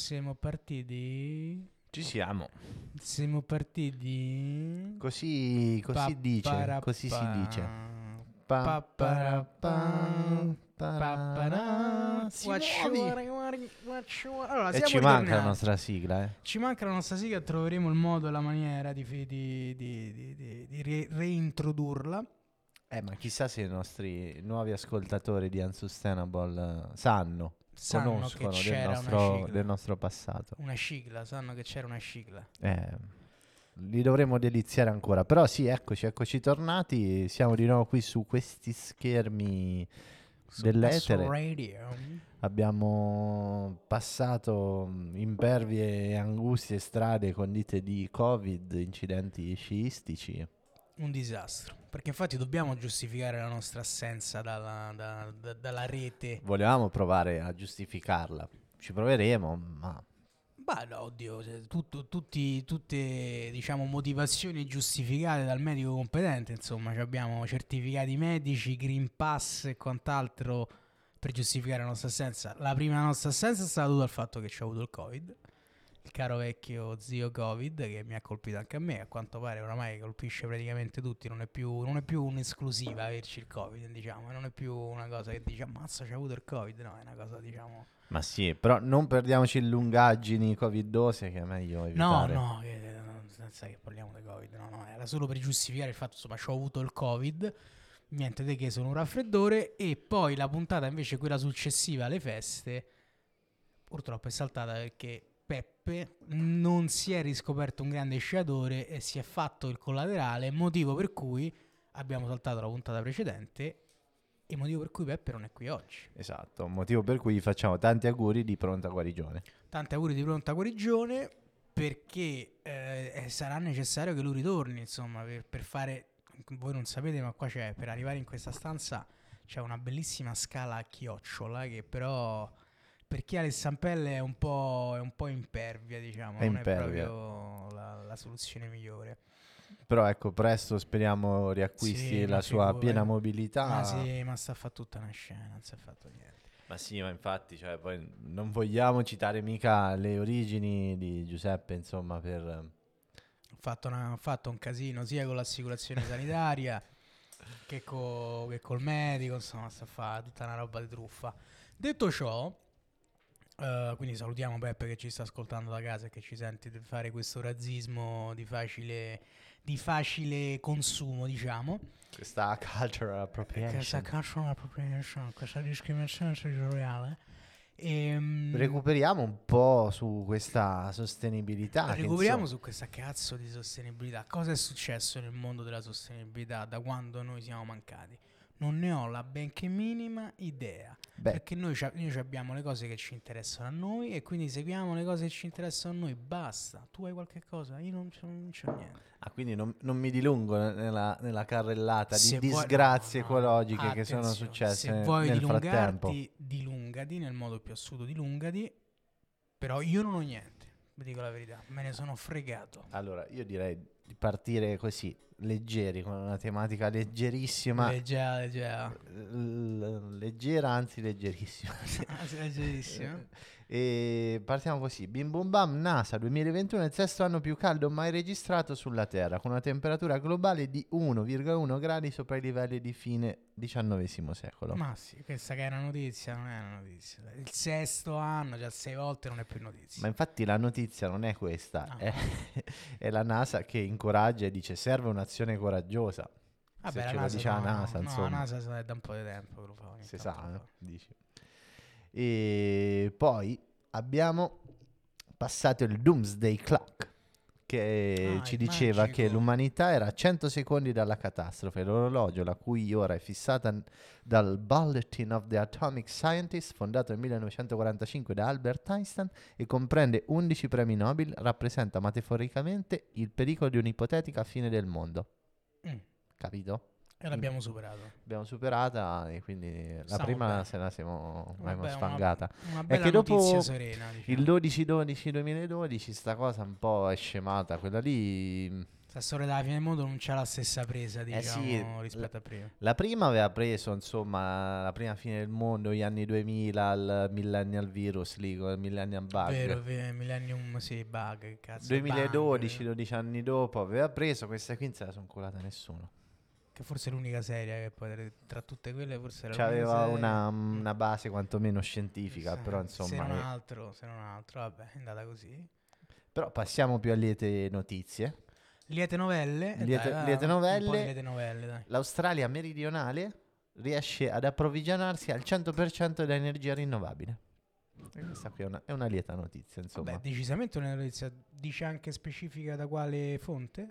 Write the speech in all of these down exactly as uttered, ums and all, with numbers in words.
Siamo partiti. Ci siamo. Siamo partiti. Così, così dice, così si dice. Pa, para, pa, para. Si muovi. Allora, E siamo ci manca la ritornati. nostra sigla, eh. Ci manca la nostra sigla, troveremo il modo e la maniera di, di, di, di, di, di re- reintrodurla. Eh, ma chissà se i nostri nuovi ascoltatori di Unsustainable eh, sanno, Sanno conoscono che del c'era una nostro, sigla. del nostro passato. Una sigla, sanno che c'era una sigla. Eh, li dovremo deliziare ancora. Però sì, eccoci, eccoci tornati. Siamo di nuovo qui su questi schermi Su dell'etere. S-Radio. Abbiamo passato mh, impervie e angustie strade condite di Covid, incidenti sciistici. Un disastro, perché infatti dobbiamo giustificare la nostra assenza dalla, da- da- dalla rete. Volevamo provare a giustificarla. Ci proveremo, ma Bah, no, oddio, se tutto- tutti, tutte diciamo motivazioni giustificate dal medico competente, insomma, ci abbiamo certificati medici, Green Pass e quant'altro per giustificare la nostra assenza. La prima nostra assenza è stata dovuta al fatto che ci ho avuto il Covid, il caro vecchio zio Covid che mi ha colpito anche a me, a quanto pare oramai colpisce praticamente tutti, non è più, non è più un'esclusiva averci il Covid, diciamo, non è più una cosa che dice ammazza, c'ho avuto il Covid, no, è una cosa, diciamo... Ma sì, però non perdiamoci in lungaggini covidose che è meglio No, evitare. no, che, no, senza che parliamo di Covid, no, no, era solo per giustificare il fatto, insomma, ho avuto il Covid, niente di che, sono un raffreddore, e poi la puntata invece, quella successiva alle feste, purtroppo è saltata perché Peppe non si è riscoperto un grande sciatore e si è fatto il collaterale, motivo per cui abbiamo saltato la puntata precedente e motivo per cui Peppe non è qui oggi. Esatto, motivo per cui facciamo tanti auguri di pronta guarigione. Tanti auguri di pronta guarigione, perché eh, sarà necessario che lui ritorni, insomma, per, per fare, voi non sapete ma qua c'è, per arrivare in questa stanza c'è una bellissima scala a chiocciola che però per chi ha le stampelle è un po', è un po' impervia, diciamo, È non impervia. è proprio la, la soluzione migliore. Però ecco, presto speriamo riacquisti Sì, la ma sua figura- piena mobilità. Ma sì, ma sta a fa tutta una scena, non si è fatto niente. Ma sì, ma infatti, cioè, poi non vogliamo citare mica le origini di Giuseppe, insomma, per... Ho fatto, una- ho fatto un casino sia con l'assicurazione sanitaria che, co- che col medico, insomma, sta a fa tutta una roba di truffa. Detto ciò, eh, quindi salutiamo Peppe che ci sta ascoltando da casa e che ci sente di fare questo razzismo di facile, di facile consumo, diciamo. Questa cultural appropriation. Questa cultural appropriation, questa discriminazione territoriale. Ehm, Recuperiamo un po' su questa sostenibilità. che, Recuperiamo insomma, su questa cazzo di sostenibilità. Cosa è successo nel mondo della sostenibilità da quando noi siamo mancati? Non ne ho la benché minima idea. Beh, Perché noi, c'ha- noi abbiamo le cose che ci interessano a noi e quindi seguiamo le cose che ci interessano a noi. Basta. Tu hai qualche cosa? Io non c'ho, non c'ho niente. ah, quindi non, non mi dilungo nella, nella carrellata Se di vuoi- disgrazie no, no, ecologiche che sono attenzione, successe se nel, vuoi nel frattempo. dilungarti, dilungati nel modo più assoluto, dilungati. Però io non ho niente, vi dico la verità, me ne sono fregato. Allora, io direi di partire così, leggeri, con una tematica leggerissima. Leggera, leggera. L- leggera, anzi leggerissima. Ah, sì, leggerissimo. E partiamo così. Bim bum bam, NASA duemilaventuno è il sesto anno più caldo mai registrato sulla Terra, con una temperatura globale di uno virgola uno gradi sopra i livelli di fine diciannovesimo secolo. Ma sì, questa che è una notizia, non è una notizia. Il sesto anno, già sei volte, non è più notizia. Ma infatti la notizia non è questa, No. è, è la NASA che incoraggia e dice serve un'azione coraggiosa. Vabbè, Se la ce lo NASA, dice no, la NASA, no, insomma. la NASA è da un po' di tempo che lo fa. ogni Si tanto sa, lo eh, fa. dici. E poi abbiamo passato il Doomsday Clock che Ah, ci il diceva magico. che l'umanità era a cento secondi dalla catastrofe. L'orologio, la cui ora è fissata n- dal Bulletin of the Atomic Scientist, fondato nel millenovecentoquarantacinque da Albert Einstein e comprende undici premi Nobel, rappresenta metaforicamente il pericolo di un'ipotetica fine del mondo. Mm, Capito? E l'abbiamo superato. Abbiamo superata e quindi la Stiamo prima bene. se la siamo, l'abbiamo Vabbè, sfangata. Una, una È bella che notizia dopo serena, diciamo. il dodici dodici duemiladodici sta cosa un po' è scemata, quella lì mh, La storia della fine del mondo non c'ha la stessa presa, Eh diciamo, sì, rispetto a prima. La prima aveva preso, insomma, la prima fine del mondo, gli anni duemila, il millennial virus lì, con il millennial bug. Vero, ve- Millennium, sì, bug, che cazzo. duemiladodici, bug, dodici anni dopo aveva preso, questa qui non se la sono colata nessuno. che forse è l'unica serie che poi tra tutte quelle forse era C'aveva l'unica serie. una, Mm. una base quantomeno scientifica, Sì, però se insomma... non è- altro, se non altro, vabbè, è andata così. Però passiamo più a liete notizie. Liete novelle, eh, Liete- dai, liete un- Un po' novelle. di liete novelle, dai. L'Australia meridionale riesce ad approvvigionarsi al cento per cento da energia rinnovabile. E questa qui è una, è una lieta notizia, insomma. Vabbè, decisamente una notizia. Dice anche specifica da quale fonte?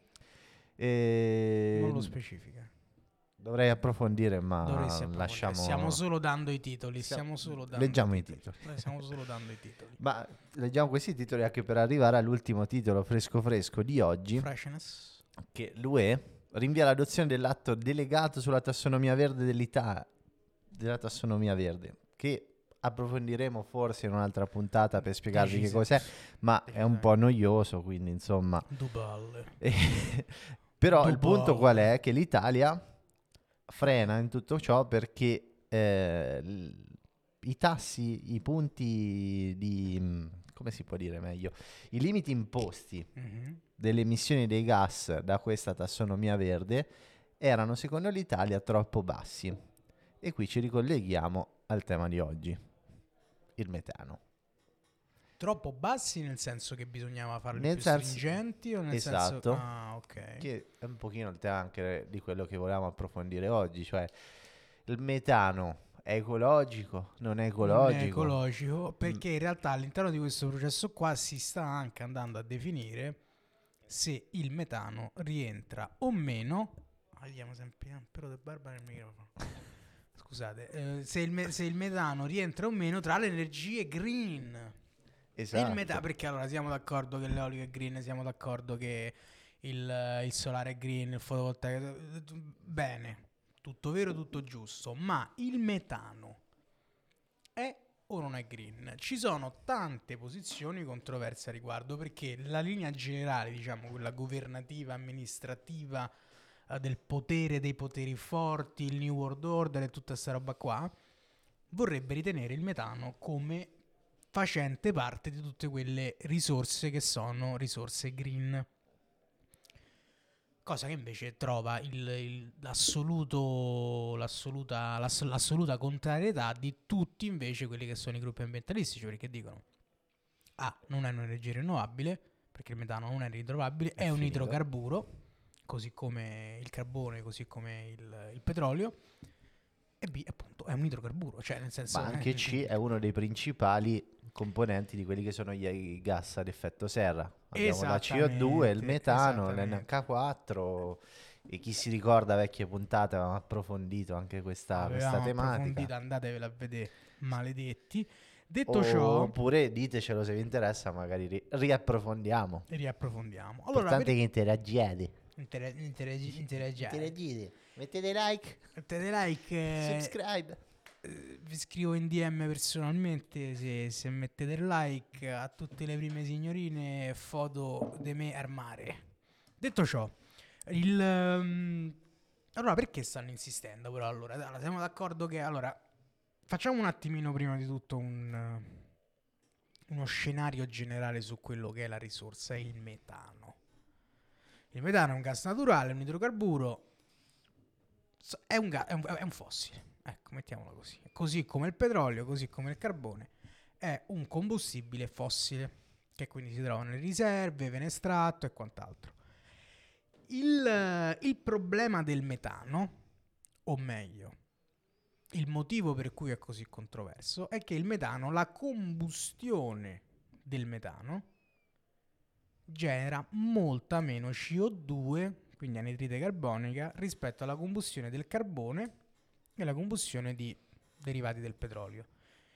E Non lo specifica. dovrei approfondire, ma Dovresti approfondire. lasciamo... Stiamo solo dando i titoli. Stiamo- Stiamo solo dando leggiamo i i titoli. titoli. Noi stiamo solo dando i titoli. Ma leggiamo questi titoli anche per arrivare all'ultimo titolo fresco fresco di oggi, Freshness. che l'U E rinvia l'adozione dell'atto delegato sulla tassonomia verde dell'Italia, della tassonomia verde, che approfondiremo forse in un'altra puntata per spiegarvi che Decisa- cos'è, ma è un po' noioso, quindi insomma... Duballe. Però il Dubai. punto qual è? Che l'Italia frena in tutto ciò perché eh, l- i tassi, i punti di... mh, come si può dire meglio? I limiti imposti Mhm. delle emissioni dei gas da questa tassonomia verde erano secondo l'Italia troppo bassi. E qui ci ricolleghiamo al tema di oggi, il metano. Troppo bassi nel senso che bisognava farli Nel più senso- stringenti o nel Esatto. senso... Ah, ok. Che è un pochino il tema anche di quello che volevamo approfondire oggi, cioè il metano è ecologico, non è ecologico? Non è ecologico, perché in realtà all'interno di questo processo qua si sta anche andando a definire se il metano rientra o meno. Tagliamo sempre un pelo di barba nel microfono. Scusate, eh, se, il me- se il metano rientra o meno tra le energie green. Esatto. Il metà, perché allora siamo d'accordo che l'eolico è green, siamo d'accordo che il, il solare è green, il fotovoltaico, bene, tutto vero, tutto giusto, ma il metano è o non è green? Ci sono tante posizioni controverse a riguardo, perché la linea generale, diciamo quella governativa, amministrativa, eh, del potere, dei poteri forti, il New World Order e tutta questa roba qua, vorrebbe ritenere il metano come facente parte di tutte quelle risorse che sono risorse green. Cosa che invece trova il, il- l'assoluto, l'assoluta, l'ass- l'assoluta contrarietà di tutti invece quelli che sono i gruppi ambientalistici, perché dicono A, non è un'energia rinnovabile, perché il metano non è rinnovabile, è, È un finito. idrocarburo, così come il carbone, così come il, il petrolio, e B, appunto, è un idrocarburo, cioè nel senso... Ma anche eh, C è uno dei principali componenti di quelli che sono gli i gas ad effetto serra. Abbiamo la C O due, il Esattamente, metano, esattamente. l'N H quattro. E chi si ricorda vecchie puntate avevamo approfondito anche questa, questa Avevamo tematica. approfondito, andatevela a vedere, maledetti. Detto ciò, Oppure ditecelo se vi interessa, magari ri- riapprofondiamo. riapprofondiamo. Allora, L'importante per è che interagiate. intera- interagi- interagiare, Interagite. Mettete like, mettete like, eh, subscribe. eh, vi scrivo in D M personalmente se, se mettete il like a tutte le prime signorine, foto di me al mare. Detto ciò, il... ehm, allora perché stanno insistendo però allora? Allora, siamo d'accordo che... Allora, facciamo un attimino prima di tutto un, uno scenario generale su quello che è la risorsa, il metano. Il metano è un gas naturale, è un idrocarburo, so- è un, ga- è un, è un fossile, ecco, mettiamolo così. Così come il petrolio, così come il carbone, è un combustibile fossile, che quindi si trova nelle riserve, viene estratto e quant'altro. Il, eh, il problema del metano, o meglio, il motivo per cui è così controverso, è che il metano, la combustione del metano, genera molta meno C O due, quindi anidride carbonica, rispetto alla combustione del carbone e la combustione di derivati del petrolio.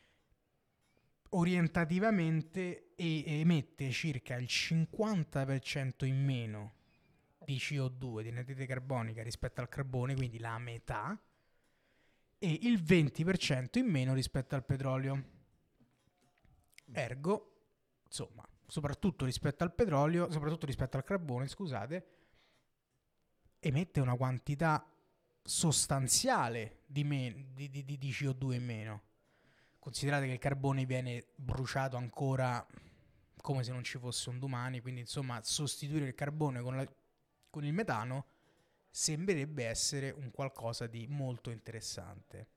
Orientativamente e- emette circa il cinquanta per cento in meno di C O due, di anidride carbonica rispetto al carbone, quindi la metà, e il venti per cento in meno rispetto al petrolio. Ergo, insomma, soprattutto rispetto al petrolio, soprattutto rispetto al carbone, scusate, emette una quantità sostanziale di, me- di, di, di C O due in meno. Considerate che il carbone viene bruciato ancora come se non ci fosse un domani, quindi insomma sostituire il carbone con, la, con il metano sembrerebbe essere un qualcosa di molto interessante.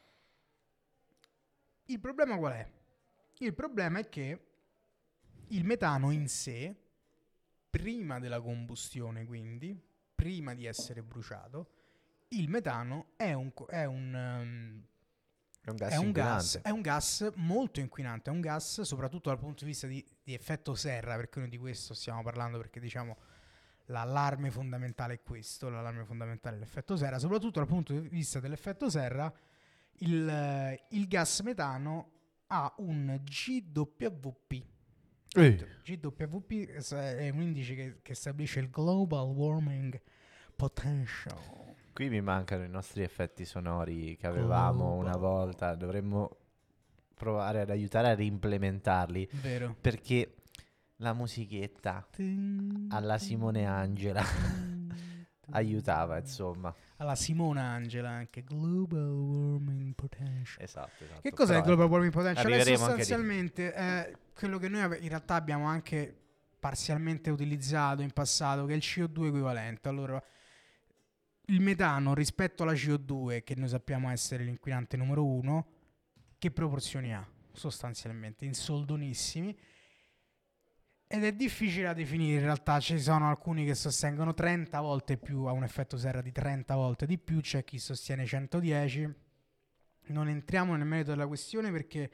Il problema qual è? Il problema è che il metano in sé, prima della combustione, quindi prima di essere bruciato, il metano è un, è un, um, È un gas è un gas, inquinante. è un gas molto inquinante, è un gas soprattutto dal punto di vista di, di effetto serra, perché noi di questo stiamo parlando, perché diciamo l'allarme fondamentale è questo, l'allarme fondamentale è l'effetto serra, soprattutto dal punto di vista dell'effetto serra, il, il gas metano ha un G W P. Eh. G W P è un indice che, che stabilisce il Global Warming Potential. Qui mi mancano i nostri effetti sonori che avevamo Global. una volta, dovremmo provare ad aiutare a reimplementarli. Vero. Perché la musichetta alla Simone Angela aiutava, insomma. Alla Simona Angela anche. Global Warming Potential. Esatto, esatto. Che cos'è Però, il Global Warming Potential? È arriveremo anche lì. sostanzialmente eh, quello che noi ave- in realtà abbiamo anche parzialmente utilizzato in passato, che è il C O due equivalente. Allora, il metano rispetto alla C O due, che noi sappiamo essere l'inquinante numero uno, che proporzioni ha? Sostanzialmente, in soldonissimi. Ed è difficile da definire, in realtà ci sono alcuni che sostengono trenta volte più, ha un effetto serra di trenta volte di più, c'è chi sostiene centodieci. Non entriamo nel merito della questione perché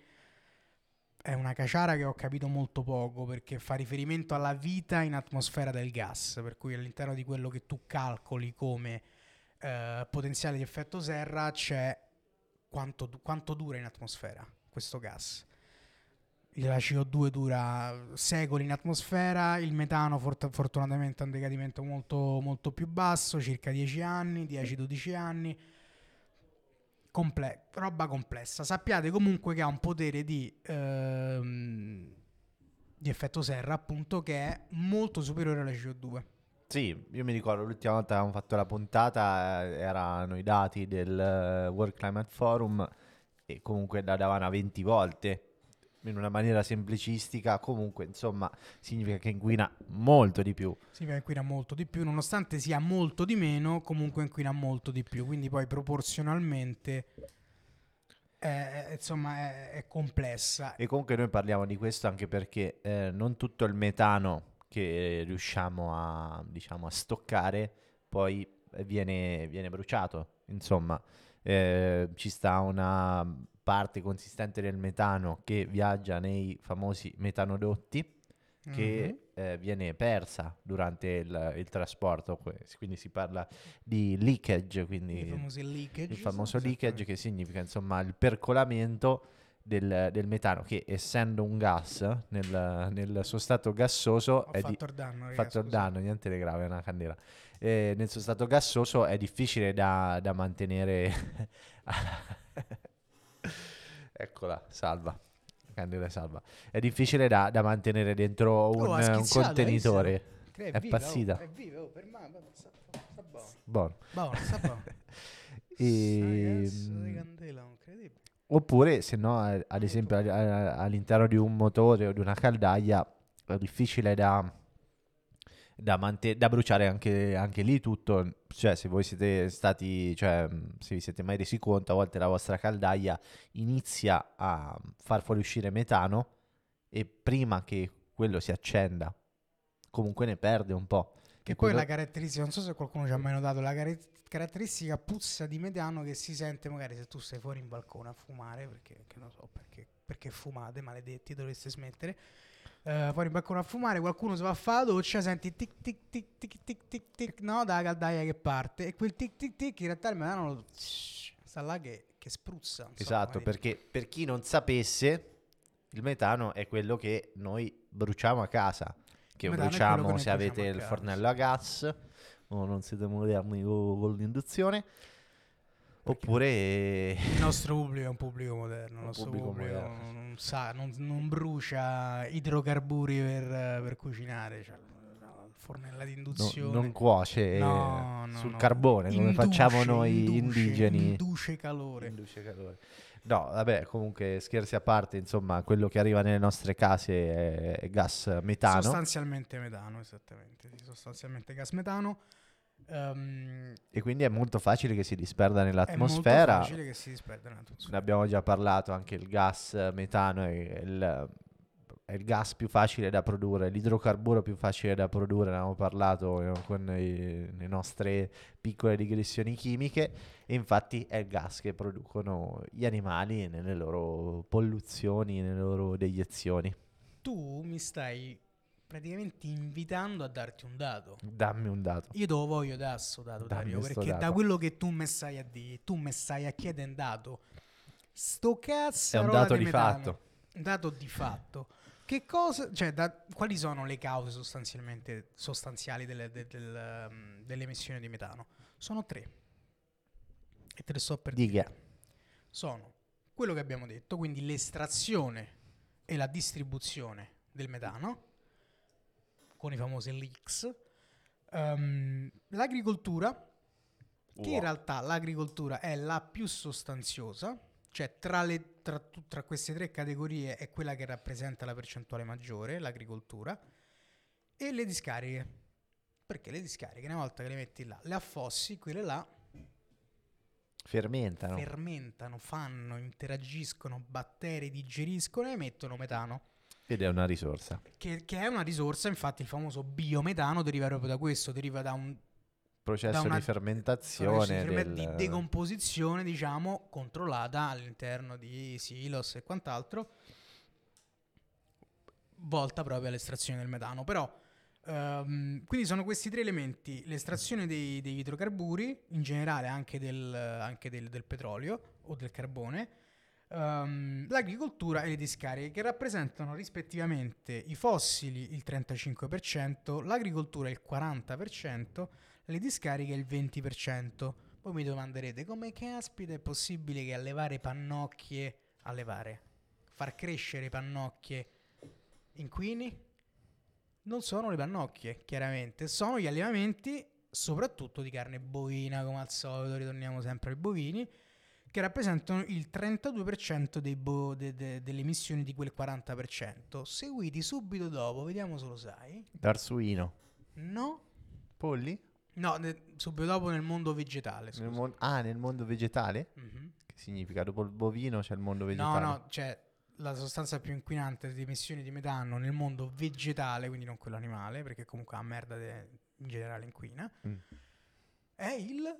è una caciara che ho capito molto poco, perché fa riferimento alla vita in atmosfera del gas, per cui all'interno di quello che tu calcoli come eh, potenziale di effetto serra c'è quanto, quanto dura in atmosfera questo gas. La C O due dura secoli in atmosfera, il metano fort- fortunatamente ha un decadimento molto, molto più basso, circa dieci anni, dieci dodici anni. Comple- roba complessa. Sappiate comunque che ha un potere di, ehm, di effetto serra, appunto, che è molto superiore alla C O due. Sì, io mi ricordo l'ultima volta che abbiamo fatto la puntata eh, erano i dati del eh, World Climate Forum e comunque la davano a venti volte in una maniera semplicistica, comunque insomma significa che inquina molto di più. Significa che inquina molto di più, nonostante sia molto di meno, comunque inquina molto di più, quindi poi proporzionalmente è, insomma è, è complessa. E comunque noi parliamo di questo anche perché eh, non tutto il metano che riusciamo a, diciamo, a stoccare poi viene, viene bruciato, insomma eh, ci sta una parte consistente del metano che viaggia nei famosi metanodotti che Mhm. eh, viene persa durante il, il trasporto, que- quindi si parla di leakage, quindi I famosi leakage. il famoso sì, leakage che significa insomma il percolamento del, del metano che essendo un gas nel, nel suo stato gassoso Ho è di- fatto il danno, ha raga, fatto il scusate. danno, niente di grave, è una candela. Eh, nel suo stato gassoso è difficile da, da mantenere. Eccola, salva. Candela salva. È difficile da, da mantenere dentro un, Oh, ha un schizzato, contenitore. hai visto? Che È viva, pazzita. oh, è viva, oh, per me, vabbè, sta, sta buono. Buono. Buono, sta buono. E, Sai, cazzo di candela, incredibile. oppure, se no, eh, ad esempio, a- a- all'interno di un motore o di una caldaia è difficile da, da, mante- da bruciare anche, anche lì tutto. Cioè, se voi siete stati, cioè, mh, se vi siete mai resi conto, a volte la vostra caldaia inizia a far fuoriuscire metano e prima che quello si accenda, comunque ne perde un po'. Che E poi quello- la caratteristica, non so se qualcuno ci ha mai notato, la car- caratteristica puzza di metano che si sente magari se tu sei fuori in balcone a fumare, perché che non so perché, perché fumate, maledetti, dovreste smettere. Eh, fuori in balcone a fumare, qualcuno si va a fare la doccia, senti tic tic tic tic tic tic tic, no, dalla caldaia che parte. E quel tic tic tic in realtà il metano lo- sta là che, che spruzza. insomma, Esatto, magari. perché per chi non sapesse, il metano è quello che noi bruciamo a casa, che Il metano è quello che bruciamo noi se bruciamo avete a il casa. fornello a gas o non siete moderni co- con l'induzione, oppure Il nostro pubblico è un pubblico moderno, il Un nostro pubblico pubblico, moderno. non, sa, non, non brucia idrocarburi per, per cucinare, cioè, fornella di No- induzione. non cuoce No, no, sul no. carbone come Induce, facciamo noi induce, indigeni. Induce calore. Induce calore. No, vabbè, comunque scherzi a parte, insomma, quello che arriva nelle nostre case è, è gas metano. Sostanzialmente metano, esattamente. Sì, sostanzialmente gas metano. Ehm, E quindi è molto facile che si disperda è molto nell'atmosfera. facile che si disperda nell'atmosfera. Ne abbiamo già parlato, anche il gas metano è il, è il gas più facile da produrre, l'idrocarburo più facile da produrre, ne abbiamo parlato eh, con i- le nostre piccole digressioni chimiche, e infatti è il gas che producono gli animali nelle loro polluzioni, nelle loro deiezioni. Tu mi stai praticamente invitando a darti un dato. Dammi un dato. Io te lo voglio dare sto dato, Dammi Dario, sto perché dato. da quello che tu mi stai a dire, tu mi stai a chiedere un dato. Sto cazzo È un dato di fatto. Un dato di fatto. Che cosa, cioè, da, quali sono le cause sostanzialmente sostanziali delle, de- del, um, delle emissioni di metano? Sono tre. E te le sto per Dica. dire. Sono quello che abbiamo detto, quindi l'estrazione e la distribuzione del metano, con i famosi leaks. Um, l'agricoltura, che in Wow. realtà l'agricoltura è la più sostanziosa, cioè tra, le, tra, tu- tra queste tre categorie è quella che rappresenta la percentuale maggiore, l'agricoltura, e le discariche. Perché le discariche, una volta che le metti là, le affossi, quelle là Fermentano. fermentano, fanno, interagiscono, batteri digeriscono e emettono metano. Ed è una risorsa. Che, che è una risorsa, infatti il famoso biometano deriva proprio da questo, deriva da un Processo da una di fermentazione. processo di, ferme- del... di decomposizione, diciamo, controllata all'interno di silos e quant'altro, volta proprio all'estrazione del metano. Però, ehm, quindi sono questi tre elementi: l'estrazione dei, degli idrocarburi, in generale anche, del, anche del, del petrolio o del carbone, ehm, l'agricoltura e le discariche, che rappresentano rispettivamente i fossili il trentacinque per cento, l'agricoltura il quaranta per cento, le discariche il venti per cento. Poi mi domanderete come caspita è possibile che allevare pannocchie, allevare, far crescere pannocchie inquini? Non sono le pannocchie, chiaramente, sono gli allevamenti soprattutto di carne bovina, come al solito, ritorniamo sempre ai bovini, che rappresentano il trentadue per cento dei bo- de- de- delle emissioni di quel quaranta per cento, seguiti subito dopo, vediamo se lo sai. Dal suino. No? Polli? No, ne- subito dopo nel mondo vegetale, scusa. Nel mon- ah, nel mondo vegetale? Mhm. Che significa? Dopo il bovino c'è il mondo No, vegetale? no, cioè la sostanza più inquinante di emissioni di metano nel mondo vegetale, quindi non quello animale, perché comunque la merda de- in generale inquina, Mm. è il,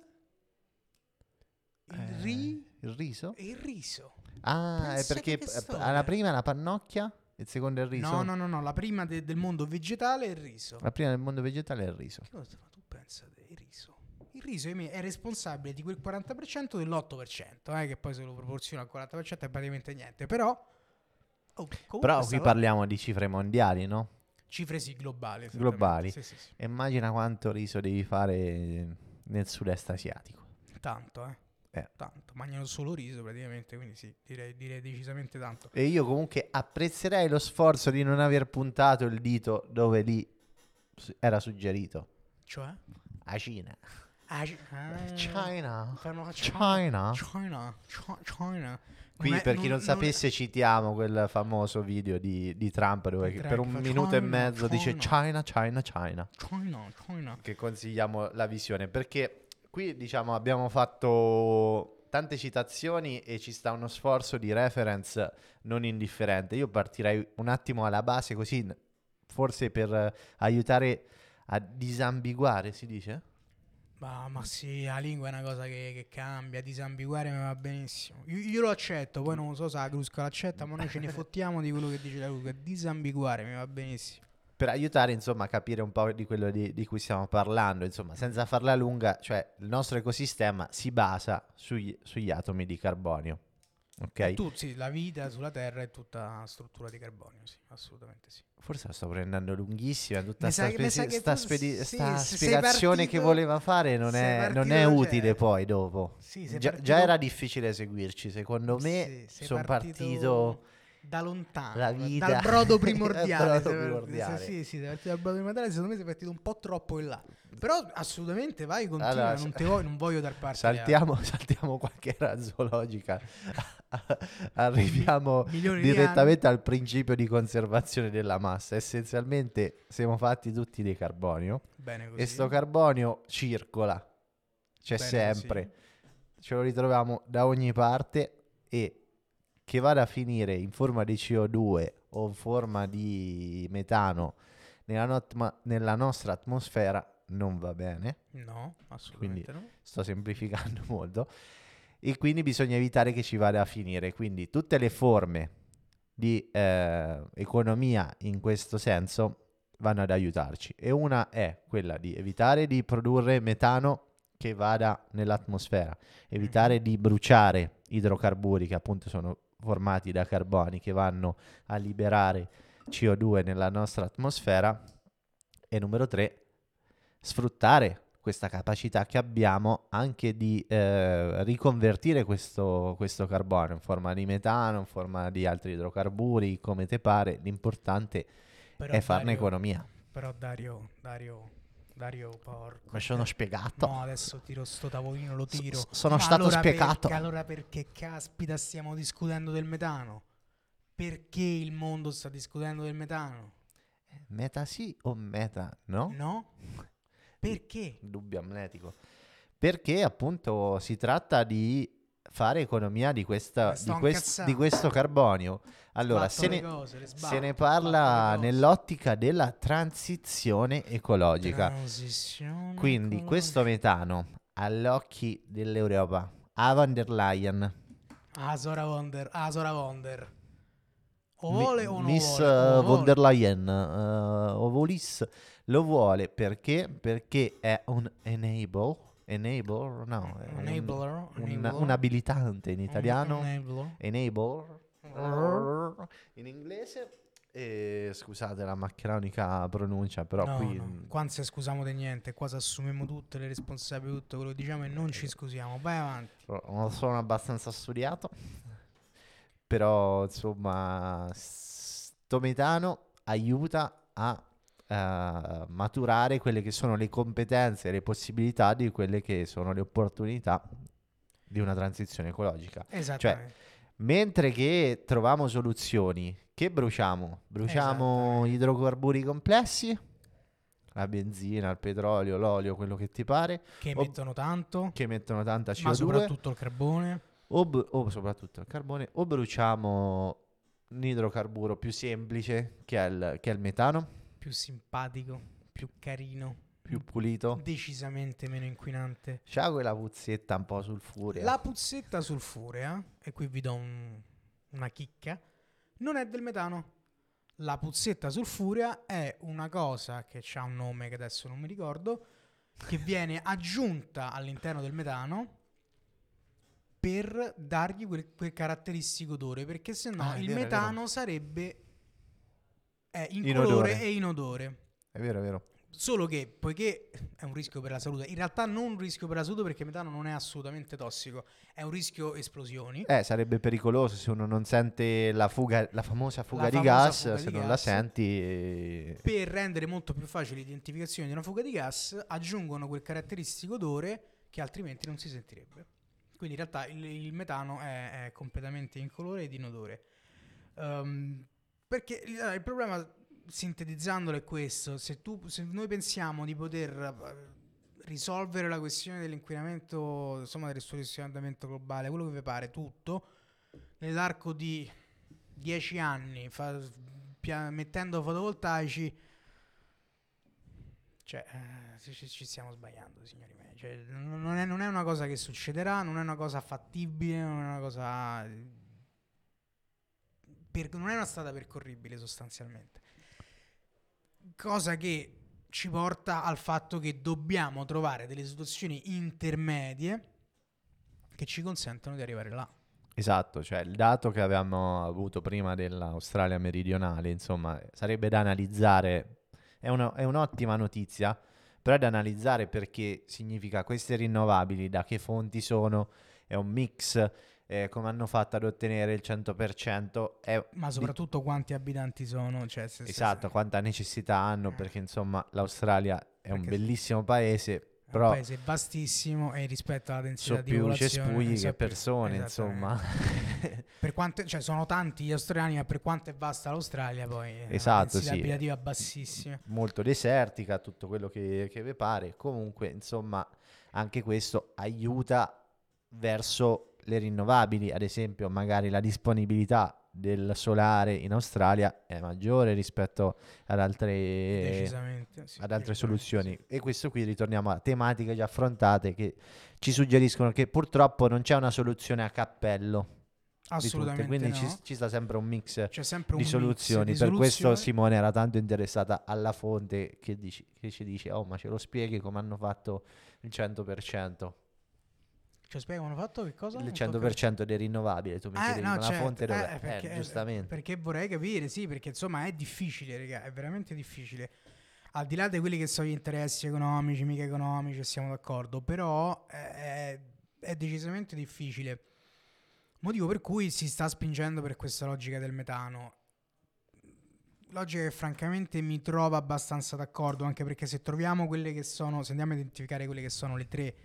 il, Eh, ri- il riso? il riso. Ah, è Pensa perché che p- storia. alla prima la pannocchia, il secondo è il riso. No, no, no, no, la prima de- del mondo vegetale è il riso. La prima del mondo vegetale è il riso. Che cosa fa? Tu pensa te, il riso. Il riso eme- è responsabile di quel quaranta per cento dell'otto per cento, eh, che poi se lo proporziona al quaranta per cento è praticamente niente. Però, oh, comunque Però sta qui co- parliamo di cifre mondiali, no? cifre sì globali. esattamente. Globali. Sì, sì, sì. Immagina quanto riso devi fare nel sud-est asiatico. Tanto, eh. Eh. Tanto. Mangiano solo riso praticamente, quindi sì, direi, direi decisamente tanto. E io comunque apprezzerei lo sforzo di non aver puntato il dito dove lì su- era suggerito. Cioè? A Cina. Ah, ci- ah, China. fanno- China. China. Chi- China. Qui Non è- per chi non, non- sapesse citiamo quel famoso video di, di Trump dove Di che Trump per che un fa minuto e China, mezzo dice China. China, China, China. China, China. Che consigliamo la visione perché qui diciamo abbiamo fatto tante citazioni e ci sta uno sforzo di reference non indifferente. Io partirei un attimo alla base così n- forse per eh, aiutare a disambiguare, si dice? Ma, ma sì, la lingua è una cosa che, che cambia, disambiguare mi va benissimo. Io, io lo accetto, poi non lo so se la Crusca l'accetta, ma noi ce ne fottiamo di quello che dice la Crusca. Disambiguare mi va benissimo. Per aiutare insomma a capire un po' di quello di, di cui stiamo parlando, insomma, senza farla lunga, cioè il nostro ecosistema si basa sugli, sugli atomi di carbonio, ok? Tu, sì, la vita sulla Terra è tutta struttura di carbonio, sì, assolutamente sì. Forse la sto prendendo lunghissima, tutta Mi sta, sa- mi sa spesi- che sta tu- spedi- sì, sta se sei spiegazione che partito- voleva fare non sei è, non partito è da utile zero. poi dopo. Sì, sei Già, partito- già era difficile seguirci, secondo me Sì, sei sono partito- partito da lontano, La vita. dal brodo primordiale. Dal brodo primordiale. Sì, sì, sì, sei partito dal brodo primordiale, secondo me sei partito un po' troppo in là. Però assolutamente vai, continua, Allora, non, te voglio, non voglio dar parte. Saltiamo, saltiamo qualche era zoologica. Arriviamo milioni direttamente al principio di conservazione della massa. Essenzialmente siamo fatti tutti di carbonio. Bene così. E sto carbonio circola, c'è Bene sempre, così. ce lo ritroviamo da ogni parte, e che vada a finire in forma di C O due o in forma di metano nella, not- nella nostra atmosfera non va bene. No, assolutamente Quindi no. sto semplificando molto, e quindi bisogna evitare che ci vada a finire. Quindi tutte le forme di eh, economia in questo senso vanno ad aiutarci, e una è quella di evitare di produrre metano che vada nell'atmosfera, evitare Mm-hmm. di bruciare idrocarburi che appunto sono formati da carboni che vanno a liberare C O due nella nostra atmosfera, e numero tre, sfruttare questa capacità che abbiamo anche di eh, riconvertire questo, questo carbonio in forma di metano, in forma di altri idrocarburi, come te pare. L'importante Però è farne Dario, economia. Però Dario, Dario, Dario, porco. Mi sono spiegato. No, adesso tiro sto tavolino, lo tiro. S- sono Ma stato allora spiegato. Perché, allora perché caspita stiamo discutendo del metano? Perché il mondo sta discutendo del metano? Meta sì o meta no? No? Perché? Dubbio amletico. Perché appunto si tratta di fare economia di, questa, Mi sto di, quest- incazzando. di questo carbonio. Allora, Sbatto se le ne, cose, le se sbatto, ne sbatto parla le cose. nell'ottica della transizione ecologica. Transizione Quindi ecologica. questo metano, agli occhi dell'Europa, a von der Leyen, Ah, Sora Wonder, ah, Sora Wonder. O Mi- vuole o non Miss vuole? uh, O von vuole. der Leyen, uh, o Volis, lo vuole perché? Perché è un enable, enable, no, è un, Enabler, un, enabler. un abilitante in Un- italiano, un enabler. enable in inglese. E scusate la maccheronica pronuncia, però No, qui no, qua non ci scusiamo di niente, qua ci assumiamo tutte le responsabilità, tutto quello che diciamo e non ci scusiamo. Vai avanti. non sono abbastanza studiato, però insomma sto metano aiuta a eh, maturare quelle che sono le competenze e le possibilità di quelle che sono le opportunità di una transizione ecologica. Esattamente. Mentre che troviamo soluzioni, che bruciamo? Bruciamo Esattamente. idrocarburi complessi, la benzina, il petrolio, l'olio, quello che ti pare, Che o- mettono tanto, che mettono tanta C O ma due, soprattutto il carbone. o, b- o soprattutto il carbone, o bruciamo un idrocarburo più semplice che è il, che è il metano, Più simpatico, più carino, più pulito. decisamente meno inquinante. C'ha quella puzzetta un po' sulfurea. La puzzetta sulfurea, e qui vi do un- una chicca, non è del metano. La puzzetta sulfurea è una cosa che ha un nome che adesso non mi ricordo, che viene aggiunta all'interno del metano per dargli quel, quel caratteristico odore, perché se no Ah, è il vero, è metano sarebbe è Inodore. incolore e inodore. È vero, è vero. Solo che, poiché è un rischio per la salute, in realtà non un rischio per la salute perché il metano non è assolutamente tossico, è un rischio esplosioni. Eh, sarebbe pericoloso se uno non sente la fuga, la famosa fuga La di famosa gas, fuga se di non la gas. senti. eh, Per rendere molto più facile l'identificazione di una fuga di gas, aggiungono quel caratteristico odore che altrimenti non si sentirebbe. Quindi in realtà il, il metano è, è completamente incolore ed inodore. Um, perché il, il problema, sintetizzandolo, è questo: se, tu, se noi pensiamo di poter uh, risolvere la questione dell'inquinamento, insomma del riscaldamento globale, quello che vi pare, tutto nell'arco di dieci anni, fa, pia, mettendo fotovoltaici, cioè eh, ci, ci stiamo sbagliando, signori miei. Cioè, non, è, non è una cosa che succederà, non è una cosa fattibile, non è una cosa per, non è una strada percorribile sostanzialmente, cosa che ci porta al fatto che dobbiamo trovare delle situazioni intermedie che ci consentono di arrivare là. Esatto, cioè il dato che avevamo avuto prima dell'Australia meridionale, insomma, sarebbe da analizzare. È, una, è un'ottima notizia, però è da analizzare perché significa queste rinnovabili, da che fonti sono, è un mix eh, come hanno fatto ad ottenere il cento per cento. È Ma di- soprattutto quanti abitanti sono, cioè, se- se- esatto, se- quanta necessità hanno, eh, perché insomma l'Australia è un perché bellissimo paese, è un però paese vastissimo e rispetto alla densità so di più popolazione cespugli so che più- persone, insomma. esattamente. Per quanto, cioè, sono tanti gli australiani, ma per quanto è vasta l'Australia, poi eh, la Esatto, densità sì, è abitativa bassissima. molto desertica, tutto quello che, che vi pare. Comunque, insomma, anche questo aiuta verso le rinnovabili. Ad esempio, magari la disponibilità del solare in Australia è maggiore rispetto ad altre, Decisamente, sì, ad altre decisamente soluzioni. sì. E questo qui ritorniamo a tematiche già affrontate che ci suggeriscono che purtroppo non c'è una soluzione a cappello di tutte, Assolutamente quindi ci, no. ci sta sempre un mix C'è sempre di un mix soluzioni. di Per questo soluzioni. Simone era tanto interessata alla fonte che, dici- che ci dice: oh, ma ce lo spieghi come hanno fatto il cento per cento? Ci spiega come hanno fatto che cosa? Il Non t'ho cento per cento dei rinnovabili. Tu mi Eh chiedevi, no, ma la certo, fonte dov'è? eh, Eh, perché, eh, giustamente. perché vorrei capire, sì, perché insomma è difficile, raga, è veramente difficile. Al di là di quelli che sono gli interessi economici, mica economici, siamo d'accordo, però eh, è, è decisamente difficile. Motivo per cui si sta spingendo per questa logica del metano. Logica che francamente mi trova abbastanza d'accordo, anche perché se troviamo quelle che sono, se andiamo a identificare quelle che sono le tre,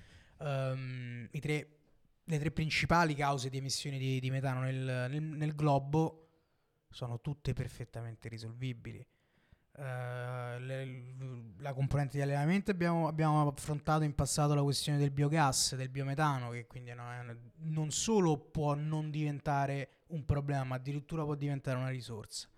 ehm, i tre le tre principali cause di emissioni di, di metano nel, nel- nel globo sono tutte perfettamente risolvibili. Eh, le- la componente di allevamento abbiamo, abbiamo affrontato in passato la questione del biogas, del biometano, che quindi no- è- non solo può non diventare un problema, ma addirittura può diventare una risorsa.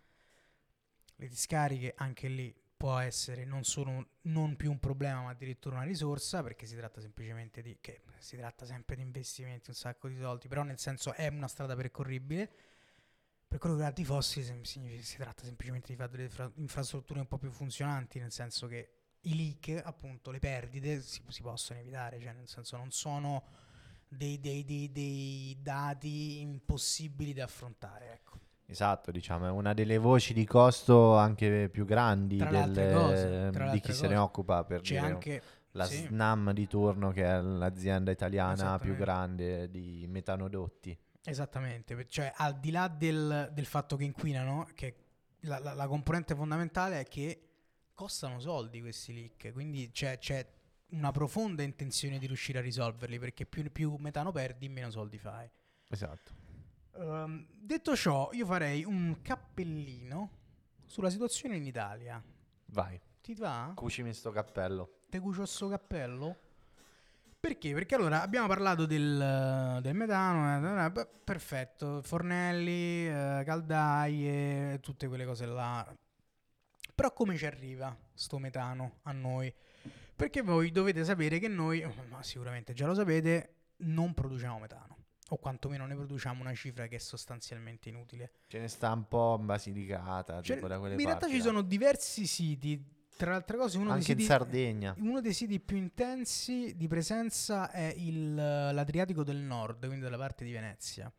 Le discariche, anche lì, può essere non solo un- non più un problema, ma addirittura una risorsa, perché si tratta semplicemente di che si tratta sempre di investimenti, un sacco di soldi, però nel senso è una strada percorribile. Per quello che riguarda i fossili sem- significa- si tratta semplicemente di fare delle fra- infrastrutture un po' più funzionanti, nel senso che i leak, appunto, le perdite si, si possono evitare, cioè nel senso non sono dei, dei- dei- dei dati impossibili da affrontare, ecco. Esatto, diciamo, è una delle voci di costo anche più grandi Tra le altre cose, del- tra le di chi altre se ne cose, occupa, per c'è dire anche, la sì, SNAM di turno, che è l'azienda italiana più esattamente. grande di metanodotti. Esattamente, per- cioè al di là del, del fatto che inquinano, che la, la- la componente fondamentale è che costano soldi questi leak, quindi c'è, c'è una profonda intenzione di riuscire a risolverli, perché più, più metano perdi, meno soldi fai. Esatto. Ehm, detto ciò, io farei un cappellino sulla situazione in Italia. Vai, Ti va? cucimi sto cappello. Te cucio sto cappello? Perché? Perché allora abbiamo parlato del, del metano, eh, beh, perfetto, fornelli, eh, caldaie, tutte quelle cose là. Però come ci arriva sto metano a noi? Perché voi dovete sapere che noi, ma sicuramente già lo sapete, non produciamo metano. O quantomeno ne produciamo una cifra che è sostanzialmente inutile. Ce ne sta un po' in Basilicata, Cioè, tipo da quelle in realtà parti ci là. sono diversi siti. Tra le altre cose, uno dei Anche in siti, Sardegna. uno dei siti più intensi di presenza è il, l'Adriatico del Nord, quindi dalla parte di Venezia.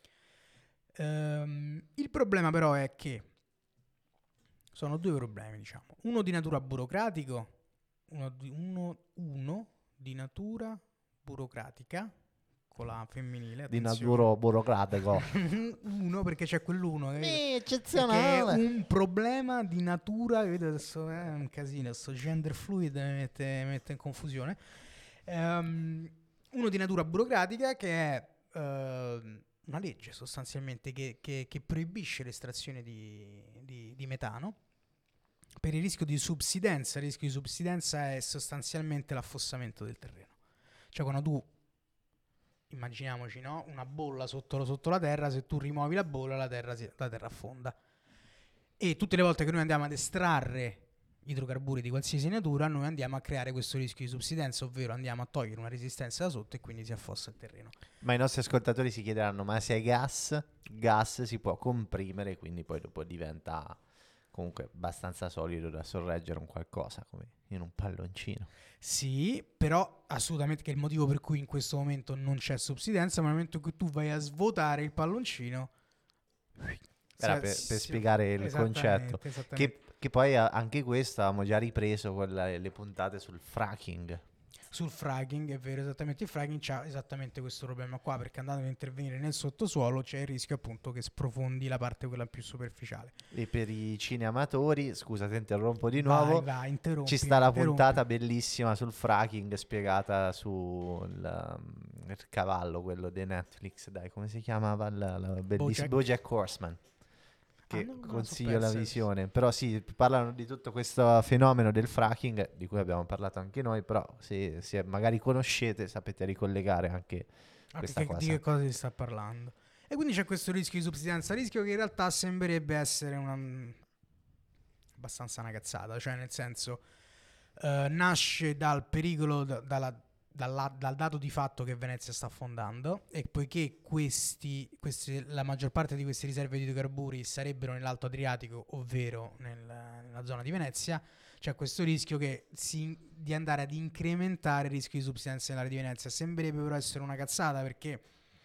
Ehm, il problema però è che sono due problemi, diciamo. Uno di natura burocratico, uno di, uno, uno di natura burocratica, con la femminile, Di attenzione. natura burocratico. Uno perché c'è quell'uno, capito? Mi Perché è eccezionale. un problema di natura, capito? Adesso è un casino, sto gender fluid mi mette, mi mette in confusione. Ehm, uno di natura burocratica che è ehm, una legge sostanzialmente che, che- che proibisce l'estrazione di, di- di metano per il rischio di subsidenza. Il rischio di subsidenza è sostanzialmente l'affossamento del terreno. Cioè quando tu, immaginiamoci, no? Una bolla sotto, sotto la terra, se tu rimuovi la bolla la terra, si- la terra affonda. E tutte le volte che noi andiamo ad estrarre idrocarburi di qualsiasi natura, noi andiamo a creare questo rischio di subsidenza, ovvero andiamo a togliere una resistenza da sotto e quindi si affossa il terreno. Ma i nostri ascoltatori si chiederanno: ma se è gas, gas si può comprimere, quindi poi dopo diventa comunque abbastanza solido da sorreggere un qualcosa, come in un palloncino. Sì, però assolutamente che è il motivo per cui in questo momento non c'è subsidenza, ma nel momento in cui tu vai a svuotare il palloncino... Era si- per, per si- spiegare il esattamente, concetto. esattamente. Che, che poi a- anche questo avevamo già ripreso con la- le puntate sul fracking. Sul fracking, è vero, esattamente, il fracking c'ha esattamente questo problema qua, perché andando ad intervenire nel sottosuolo c'è il rischio appunto che sprofondi la parte quella più superficiale. E per i cineamatori, scusa ti interrompo di Vai, nuovo, vai, interrompi, ci sta la interrompi. puntata bellissima sul fracking spiegata sul um, il cavallo, quello di Netflix, dai, come si chiamava? La, la bellissima Bojack. BoJack Horseman. Che Ah, no, no, consiglio so la persa. visione. Però sì, parlano di tutto questo fenomeno del fracking, di cui abbiamo parlato anche noi, però se, se magari conoscete sapete ricollegare anche Ah, questa che- di cosa. che cosa si sta parlando? E quindi c'è questo rischio di subsidenza, rischio che in realtà sembrerebbe essere una, abbastanza una cazzata, cioè nel senso eh, nasce dal pericolo, da- dalla- dalla- dal dato di fatto che Venezia sta affondando, e poiché questi, questi- la maggior parte di queste riserve di idrocarburi sarebbero nell'Alto Adriatico, ovvero nel- nella zona di Venezia, c'è questo rischio che si, di andare ad incrementare il rischio di subsidenza nell'area di Venezia. Sembrerebbe però essere una cazzata, perché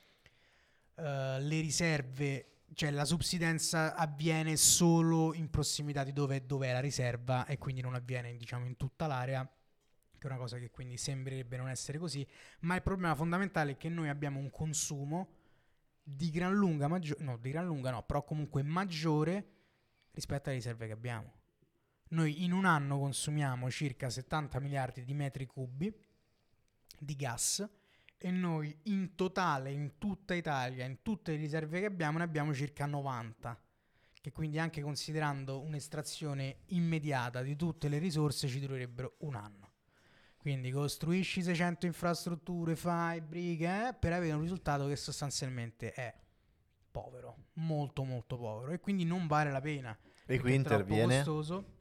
eh, le riserve, cioè la subsidenza avviene solo in prossimità di dove, dove è la riserva, e quindi non avviene, diciamo, in tutta l'area, che è una cosa che quindi sembrerebbe non essere così. Ma il problema fondamentale è che noi abbiamo un consumo di gran lunga maggiore, no, di gran lunga no, però comunque maggiore rispetto alle riserve che abbiamo. Noi in un anno consumiamo circa settanta miliardi di metri cubi di gas, e noi in totale, in tutta Italia, in tutte le riserve che abbiamo, ne abbiamo circa novanta, che quindi, anche considerando un'estrazione immediata di tutte le risorse, ci durerebbero un anno. Quindi costruisci seicento infrastrutture, fai brighe, eh, per avere un risultato che sostanzialmente è povero, molto molto povero, e quindi non vale la pena, E perché qui è troppo interviene costoso.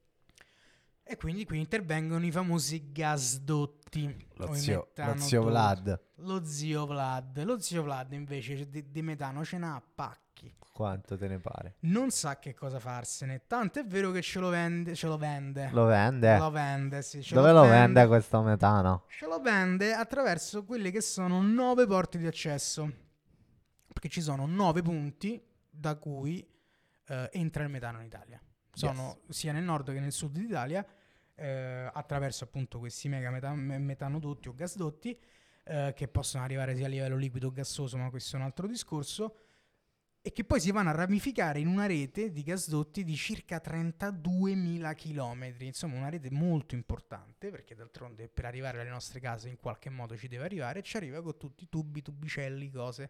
E quindi qui intervengono i famosi gasdotti, lo o i zio, lo metanodotti. zio Vlad. Lo zio Vlad. Lo zio Vlad invece di, di metano ce n'ha a pacchi. Quanto te ne pare? Non sa che cosa farsene. Tanto è vero che ce lo vende. Ce lo vende. Lo vende? Lo vende, sì. Ce Dove lo, lo vende questo metano? Ce lo vende attraverso quelli che sono nove porti di accesso. Perché ci sono nove punti da cui eh, entra il metano in Italia. Sono sia nel nord che nel sud d'Italia, eh, attraverso appunto questi mega meta- metanodotti o gasdotti, eh, che possono arrivare sia a livello liquido o gassoso, ma questo è un altro discorso, e che poi si vanno a ramificare in una rete di gasdotti di circa trentaduemila chilometri. Insomma, una rete molto importante, perché d'altronde per arrivare alle nostre case in qualche modo ci deve arrivare, e ci arriva con tutti i tubi, tubicelli, cose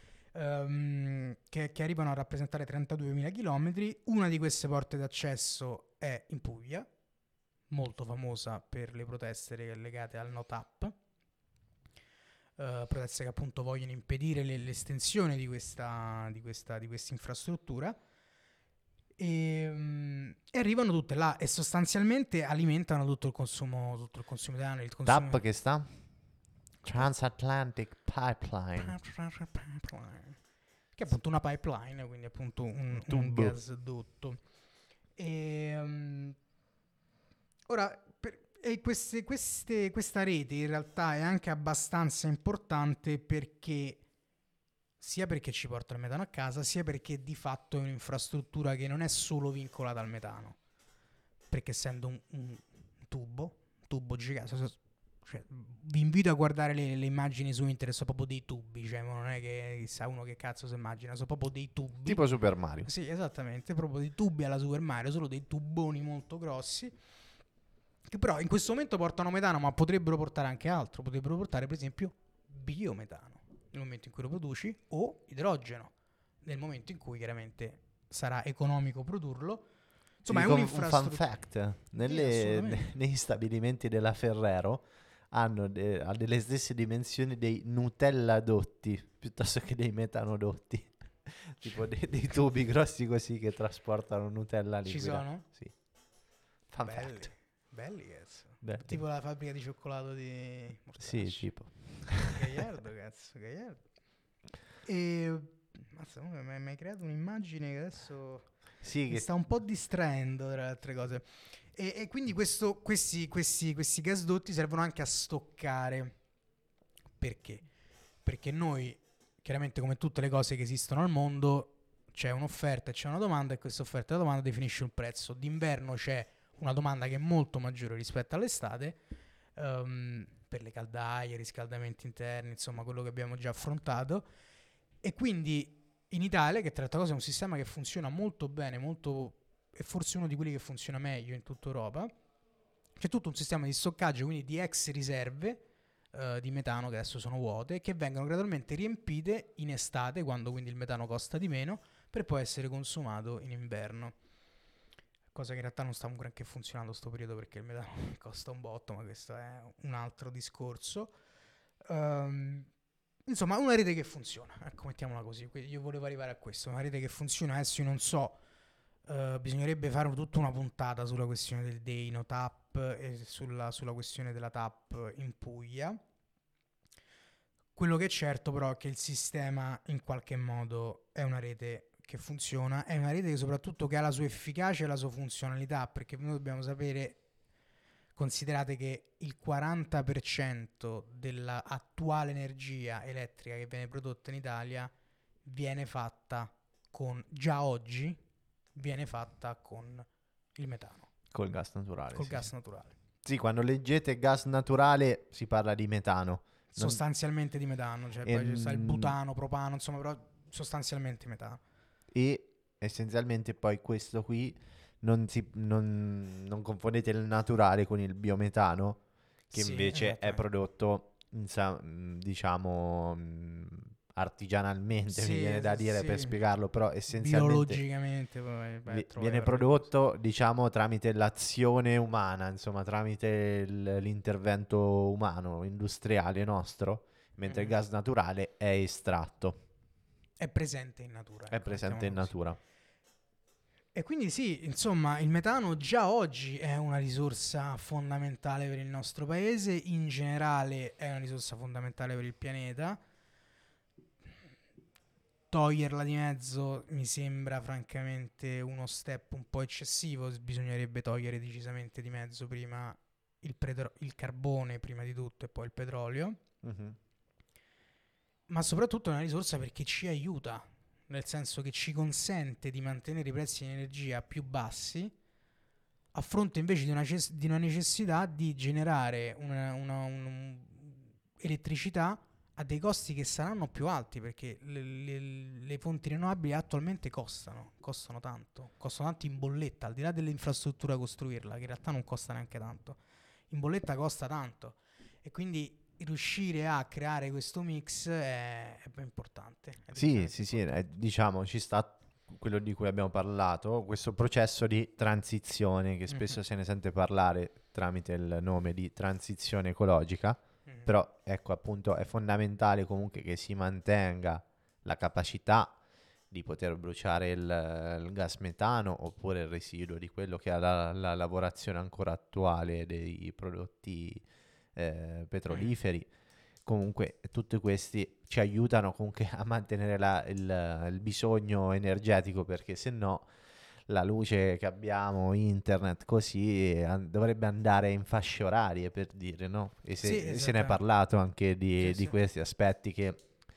um, che, che arrivano a rappresentare trentaduemila chilometri. Una di queste porte d'accesso è in Puglia, molto famosa per le proteste legate al no-tap, uh, proteste che appunto vogliono impedire le, l'estensione di questa, di questa di questa infrastruttura, e, um, e arrivano tutte là e sostanzialmente alimentano tutto il consumo, tutto il consumo italiano, il consumo. TAP che sta? Transatlantic Pipeline. Che è appunto una pipeline, quindi appunto un, un gasdotto. E, um, ora, per, e queste, queste, questa rete in realtà è anche abbastanza importante, perché sia perché ci porta il metano a casa, sia perché di fatto è un'infrastruttura che non è solo vincolata al metano, perché essendo un, un tubo, un tubo gigante, cioè, vi invito a guardare le, le immagini su internet, sono proprio dei tubi, cioè non è che sa uno che cazzo si immagina, sono proprio dei tubi. Tipo Super Mario. Sì, esattamente, proprio dei tubi alla Super Mario, solo dei tuboni molto grossi, che però in questo momento portano metano, ma potrebbero portare anche altro, potrebbero portare per esempio biometano, nel momento in cui lo produci, o idrogeno, nel momento in cui chiaramente sarà economico produrlo. Insomma, è un fun fact, nelle, ne, negli stabilimenti della Ferrero hanno de, ha delle stesse dimensioni dei Nutelladotti piuttosto che dei metanodotti. Tipo dei, dei tubi grossi così che trasportano Nutella liquida. Ci sono? Sì. Fun belli, fact. Belli, cazzo. Belli. Tipo la fabbrica di cioccolato di Mortacci. Sì, tipo. Gagliardo, cazzo, Gagliardo. E mazza, mi hai creato un'immagine che adesso sì, mi che sta un po' distraendo tra le altre cose. E, e quindi questo, questi, questi, questi gasdotti servono anche a stoccare. Perché? Perché noi, chiaramente, come tutte le cose che esistono al mondo, c'è un'offerta e c'è una domanda, e questa offerta e la domanda definisce un prezzo. D'inverno c'è una domanda che è molto maggiore rispetto all'estate, ehm, per le caldaie, riscaldamenti interni, insomma quello che abbiamo già affrontato. E quindi in Italia, che tra l'altro cosa è un sistema che funziona molto bene, molto, è forse uno di quelli che funziona meglio in tutta Europa, c'è tutto un sistema di stoccaggio, quindi di ex riserve eh, di metano che adesso sono vuote, che vengono gradualmente riempite in estate, quando quindi il metano costa di meno, per poi essere consumato in inverno. Cosa che in realtà non sta un granché funzionando sto periodo, perché il metano costa un botto, ma questo è un altro discorso. Um, insomma, una rete che funziona, ecco, mettiamola così. Io volevo arrivare a questo, una rete che funziona. Adesso io non so, uh, bisognerebbe fare tutta una puntata sulla questione del Deino TAP e sulla, sulla questione della TAP in Puglia. Quello che è certo però è che il sistema in qualche modo è una rete che funziona, è una rete che soprattutto che ha la sua efficacia e la sua funzionalità, perché noi dobbiamo sapere, considerate che il quaranta per cento dell'attuale energia elettrica che viene prodotta in Italia viene fatta con, già oggi, viene fatta con il metano. Col gas naturale. Col sì, gas sì. naturale. Sì, quando leggete gas naturale si parla di metano. Non... Sostanzialmente di metano, cioè e, poi c'è sta il butano, propano, insomma, però sostanzialmente metano. E essenzialmente poi questo qui non, si, non, non confondete il naturale con il biometano, che Sì, invece è prodotto insa- diciamo artigianalmente, sì, mi viene da dire sì. per spiegarlo, però essenzialmente biologicamente poi, beh, vi- trovo viene prodotto diciamo tramite l'azione umana, insomma tramite il- l'intervento umano, industriale nostro, mentre mm-hmm. il gas naturale è estratto. È presente in natura. È Ecco, presente in così. natura. E quindi sì, insomma, il metano già oggi è una risorsa fondamentale per il nostro paese, in generale è una risorsa fondamentale per il pianeta. Toglierla di mezzo mi sembra francamente uno step un po' eccessivo, bisognerebbe togliere decisamente di mezzo prima il, pedro- il carbone prima di tutto e poi il petrolio. Mm-hmm. Ma soprattutto è una risorsa perché ci aiuta, nel senso che ci consente di mantenere i prezzi di energia più bassi, a fronte invece di una, ces- di una necessità di generare una, una, un, elettricità a dei costi che saranno più alti, perché le, le, le fonti rinnovabili attualmente costano, costano tanto, costano tanto in bolletta, al di là dell'infrastruttura da costruirla, che in realtà non costa neanche tanto, in bolletta costa tanto, e quindi riuscire a creare questo mix è, è importante. È Sì, sì, sì, importante. eh, diciamo ci sta quello di cui abbiamo parlato, questo processo di transizione che spesso Mm-hmm. se ne sente parlare tramite il nome di transizione ecologica, mm-hmm. però ecco appunto è fondamentale comunque che si mantenga la capacità di poter bruciare il, il gas metano oppure il residuo di quello che è la, la lavorazione ancora attuale dei prodotti eh, petroliferi. Mm. Comunque tutti questi ci aiutano comunque a mantenere la, il, il bisogno energetico, perché se no la luce che abbiamo, internet, così an- dovrebbe andare in fasce orarie, per dire, no? E se, Sì, se ne è parlato anche di, sì, di sì. questi aspetti che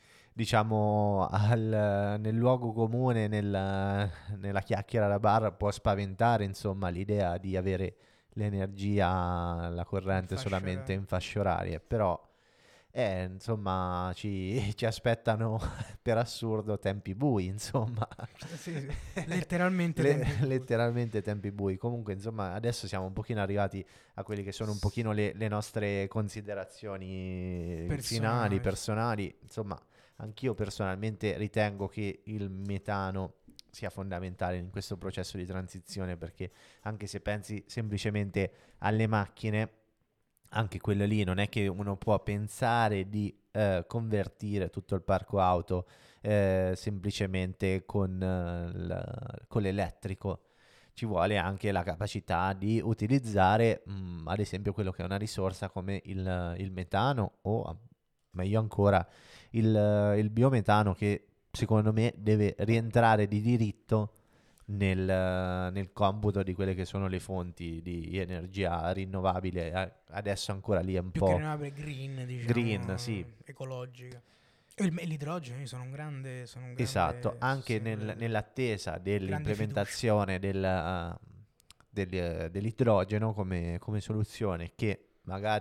diciamo al, nel luogo comune, nel, nella chiacchiera da bar può spaventare insomma l'idea di avere l'energia, la corrente In solamente orarie. in fasce orarie, però eh, insomma, ci, ci aspettano per assurdo tempi bui, insomma. Sì, sì. Letteralmente Le, tempi bui. letteralmente tempi bui. Comunque, insomma, adesso siamo un pochino arrivati a quelli che sono un pochino le, le nostre considerazioni Personali. finali, personali. Insomma, anch'io personalmente ritengo che il metano sia fondamentale in questo processo di transizione, perché anche se pensi semplicemente alle macchine, anche quelle lì non è che uno può pensare di eh, convertire tutto il parco auto eh, semplicemente con, eh, l- con l'elettrico. Ci vuole anche la capacità di utilizzare mh, ad esempio quello che è una risorsa come il, il metano o meglio ancora il, il biometano, che secondo me deve rientrare di diritto nel, nel computo di quelle che sono le fonti di energia rinnovabile. Adesso ancora lì è un Più che po' rinnovabile, green, diciamo, green, sì. ecologica. E il- l'idrogeno, io sono un grande, sono un grande Esatto, anche nel- sostenitore del- nell'attesa grande fiducia. dell'implementazione del, uh, del- dell'idrogeno come, come soluzione, che magari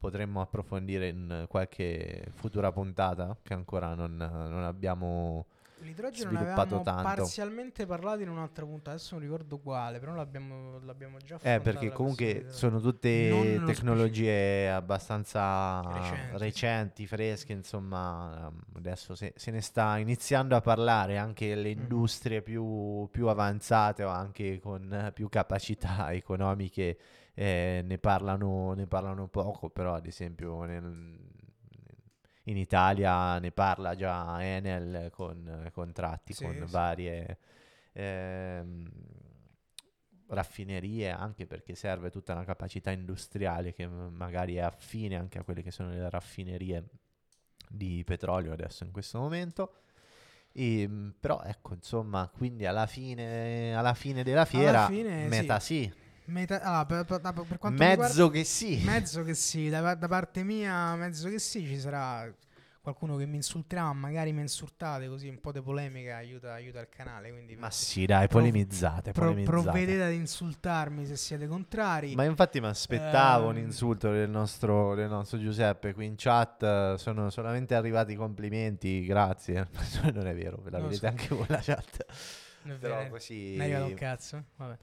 potremmo approfondire in qualche futura puntata che ancora non, non abbiamo L'idrogeno ne sviluppato avevamo tanto. parzialmente parlato in un'altra puntata, adesso non ricordo quale, però l'abbiamo, l'abbiamo già Eh, affrontato. perché la comunque questione sono Non tutte nello tecnologie abbastanza Recenti. recenti, fresche, insomma, ehm, adesso se, se ne sta iniziando a parlare anche le Mm. industrie più, più avanzate o anche con eh, più capacità economiche eh, ne parlano, ne parlano poco, però ad esempio nel- in Italia ne parla già Enel con eh, contratti Sì, con sì. varie ehm, raffinerie, anche perché serve tutta una capacità industriale che m- magari è affine anche a quelle che sono le raffinerie di petrolio adesso in questo momento. E, mh, però ecco, insomma, quindi alla fine, alla fine della Alla fiera, fine, metà sì. sì, Meta- allora, per, per- per quanto mi mezzo riguarda, che sì. mezzo che sì, da, da parte mia, mezzo che sì, ci sarà qualcuno che mi insulterà, ma magari mi insultate, così un po' di polemica aiuta, aiuta il canale, quindi Ma sì, dai, prov- polemizzate, pro- polemizzate. provvedete ad insultarmi se siete contrari. Ma infatti mi aspettavo un Ehm, insulto del nostro, del nostro Giuseppe qui in chat, eh, sono solamente arrivati i complimenti, grazie. Non è vero, ve la Non lo vedete so. anche voi la chat. Non è Però vero, così... non è arrivato un cazzo. Vabbè.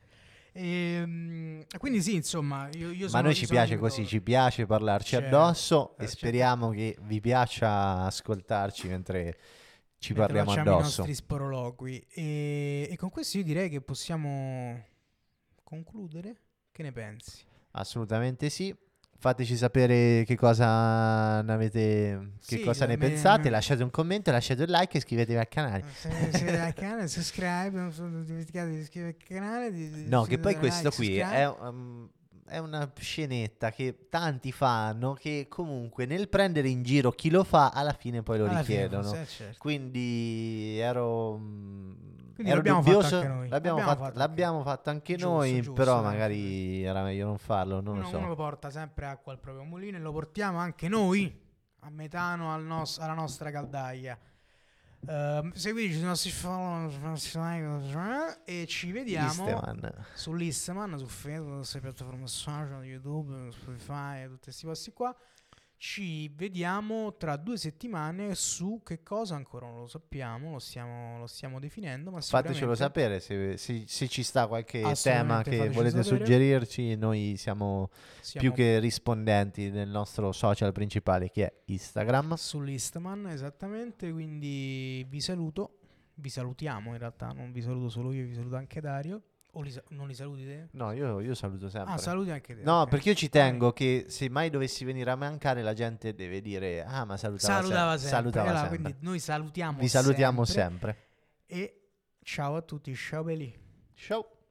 Ehm, quindi sì, insomma, io, io Ma sono, a noi io ci sono piace come così, Toro. ci piace parlarci Certo, addosso eh, e certo. speriamo che vi piaccia ascoltarci mentre ci Mentre parliamo facciamo i addosso. nostri sporoloqui. E, e con questo io direi che possiamo concludere. Che ne pensi? Assolutamente sì. Fateci sapere che cosa ne avete, che Sì, cosa ne me- pensate. me- Lasciate un commento, lasciate un like e iscrivetevi al canale. Se siete al canale, subscribe, non sono dimenticate di iscrivervi al canale. Di, di, No, che poi like, questo qui subscribe. è, um, è una scenetta che tanti fanno che comunque nel prendere in giro chi lo fa alla fine poi lo Alla fine, richiedono. forse, eh, certo. Quindi ero, mm, Quindi ero l'abbiamo dubbioso. fatto anche noi. L'abbiamo, L'abbiamo fatto, fatto l'abbiamo anche fatto anche Giusto, noi, giusto, però dai. magari era meglio non farlo, non uno, lo so. uno porta sempre acqua al proprio mulino e lo portiamo anche noi a metano al nos- alla nostra caldaia. Uh, seguiteci sui nostri follow e ci vediamo Isteman. sull'Instagram, su Facebook, sulle piattaforme social, YouTube, Spotify, tutti questi posti qua. Ci vediamo tra due settimane su che cosa ancora non lo sappiamo, lo stiamo, lo stiamo definendo, ma Fatecelo sicuramente sapere se, se- se ci sta qualche tema Assolutamente, che fateci volete sapere. suggerirci. Noi siamo siamo più che rispondenti nel nostro social principale che è Instagram. sull'Instagram, esattamente, quindi vi saluto, vi salutiamo in realtà, non vi saluto solo io, vi saluto anche Dario. O li sa- non li saluti te? No, io, io saluto sempre. Ah, saluti anche te. No, ok. perché io ci tengo che se mai dovessi venire a mancare la gente deve dire ah ma salutava, Salutava sem- sempre. salutava Allora, sempre. quindi noi salutiamo Vi salutiamo sempre. sempre. E ciao a tutti, ciao belli. Ciao.